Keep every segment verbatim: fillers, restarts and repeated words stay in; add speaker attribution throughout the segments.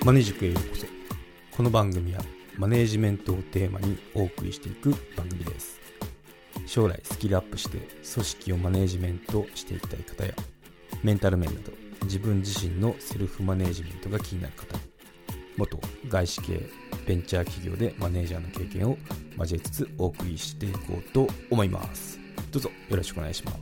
Speaker 1: マネジクへようこそ。この番組はマネージメントをテーマにお送りしていく番組です。将来スキルアップして組織をマネージメントしていきたい方や、メンタル面など自分自身のセルフマネージメントが気になる方、元外資系ベンチャー企業でマネージャーの経験を交えつつお送りしていこうと思います。どうぞよろしくお願いします。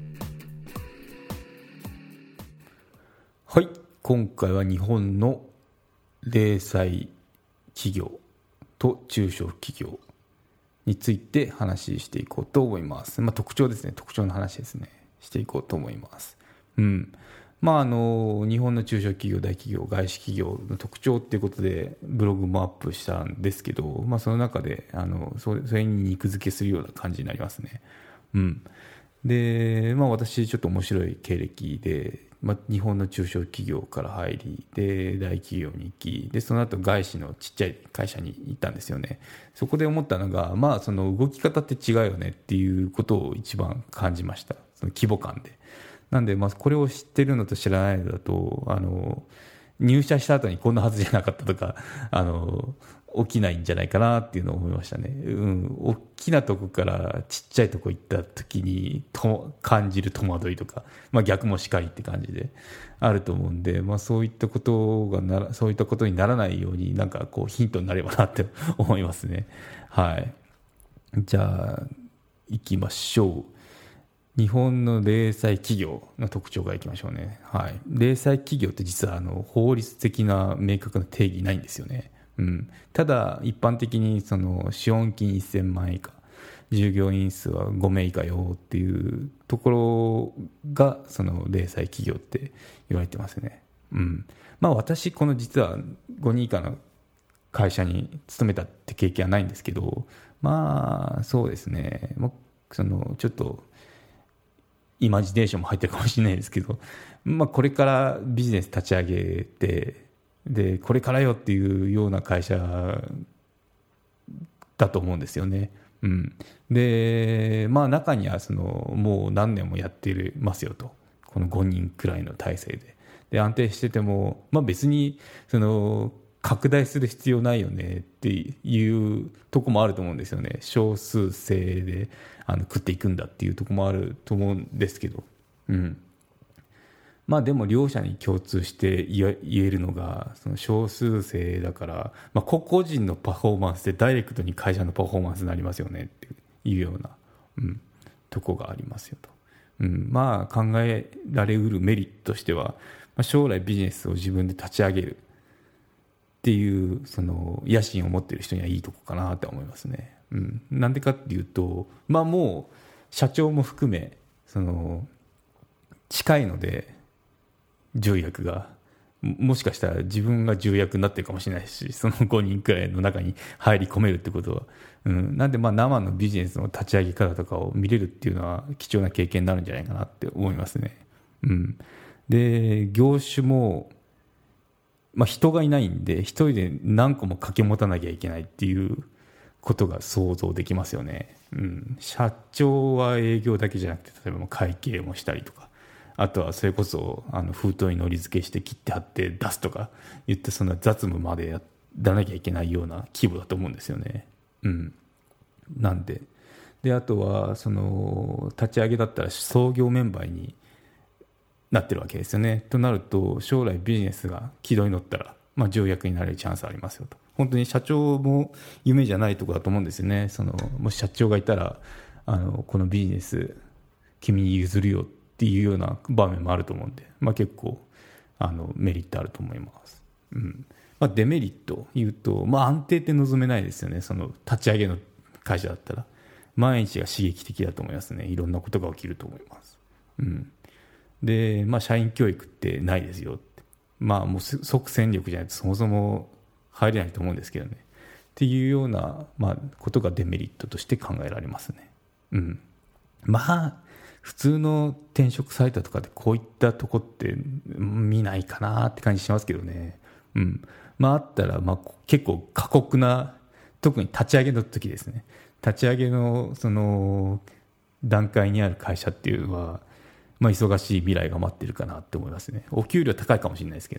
Speaker 1: はい、今回は日本の零細企業と中小企業について話していこうと思います。まあ、特徴ですね、特徴の話ですね、していこうと思います。うん。まあ、あの日本の中小企業、大企業、外資企業の特徴っていうことでブログもアップしたんですけど、まあ、その中であのそれ、それに肉付けするような感じになりますね。うん。で、まあ、私ちょっと面白い経歴で、まあ、日本の中小企業から入りで大企業に行きで、その後外資のちっちゃい会社に行ったんですよね。そこで思ったのが、まあ、その動き方って違うよねっていうことを一番感じました。その規模感で。なんで、まあ、これを知ってるのと知らないのだと、あの入社した後にこんなはずじゃなかったとか、あの起きないんじゃないかなっていうのを思いましたね。うん、大きなとこからちっちゃいとこ行った時にと感じる戸惑いとか、まあ、逆もしかりって感じであると思うんで、まあ、そういったことがならそういったことにならないように、なんかこうヒントになればなって思いますね。はい。じゃあ行きましょう。日本の零細企業の特徴からいきましょうね。はい。零細企業って実はあの法律的な明確な定義ないんですよね。うん、ただ一般的にその資本金せんまんえん以下、従業員数はごめい以下よっていうところがその零細企業って言われてますね。うん、まあ私この実はごにん以下の会社に勤めたって経験はないんですけど、まあそうですね、もうそのちょっとイマジネーションも入ってるかもしれないですけど、まあこれからビジネス立ち上げて、でこれからよっていうような会社だと思うんですよね。うん、でまあ中にはそのもう何年もやっていますよと、このごにんくらいの体制でで安定してても、まあ、別にその拡大する必要ないよねっていうとこもあると思うんですよね。少数制であの食っていくんだっていうとこもあると思うんですけど、うんまあ、でも両者に共通して言えるのが、その少数制だから、まあ、個々人のパフォーマンスでダイレクトに会社のパフォーマンスになりますよねっていうような、うん、とこがありますよと、うん、まあ考えられうるメリットとしては、まあ、将来ビジネスを自分で立ち上げるっていうその野心を持っている人にはいいとこかなと思いますね。うん、なんでかっていうと、まあ、もう社長も含めその近いので、重役がもしかしたら自分が重役になってるかもしれないし、そのごにんくらいの中に入り込めるってことは、うん、なんでまあ生のビジネスの立ち上げ方とかを見れるっていうのは貴重な経験になるんじゃないかなって思いますね。うん、で業種も、まあ、人がいないんで一人で何個も掛け持たなきゃいけないっていうことが想像できますよね。うん、社長は営業だけじゃなくて、例えば会計もしたりとか、あとはそれこそあの封筒にのり付けして切って貼って出すとか言って、そんな雑務までやらなきゃいけないような規模だと思うんですよね。うん、なんでであとはその立ち上げだったら創業メンバーになってるわけですよね。となると将来ビジネスが軌道に乗ったら、まあ、重役になれるチャンスありますよと。本当に社長も夢じゃないところだと思うんですよね。そのもし社長がいたら、あのこのビジネス君に譲るよっていうような場面もあると思うんで、まあ、結構あのメリットあると思います。うんまあ、デメリット言うと、まあ、安定って望めないですよね。その立ち上げの会社だったら毎日が刺激的だと思いますね。いろんなことが起きると思います。うんでまあ、社員教育ってないですよって、まあ、もう即戦力じゃないとそもそも入れないと思うんですけどねっていうような、まあ、ことがデメリットとして考えられますね。うん、まあ普通の転職サイトとかでこういったとこって見ないかなって感じしますけどね。うんまあ、あったら、まあ、結構過酷な、特に立ち上げの時ですね、立ち上げのその段階にある会社っていうのは、まあ、忙しい未来が待ってるかなって思いますね。お給料高いかもしれないですけどね、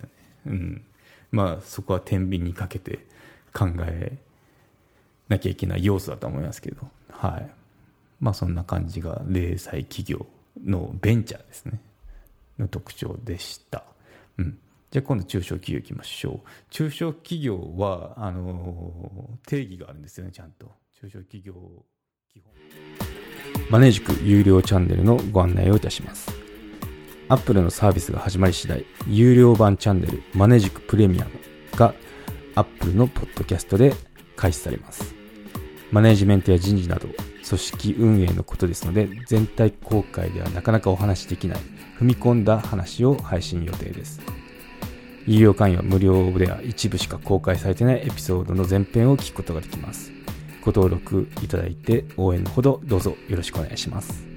Speaker 1: うん、まあそこは天秤にかけて考えなきゃいけない要素だと思いますけど、はい、まあそんな感じが零細企業のベンチャーですねの特徴でした。うん、じゃあ今度中小企業いきましょう。中小企業はあの定義があるんですよね、ちゃんと。中小企業基本マネー塾有料チャンネルのご案内をいたします。アップルのサービスが始まり次第、有料版チャンネルマネー塾プレミアムがアップルのポッドキャストで開始されます。マネージメントや人事など組織運営のことですので、全体公開ではなかなかお話しできない踏み込んだ話を配信予定です。有料会員は無料では一部しか公開されていないエピソードの前編を聞くことができます。ご登録いただいて応援のほどどうぞよろしくお願いします。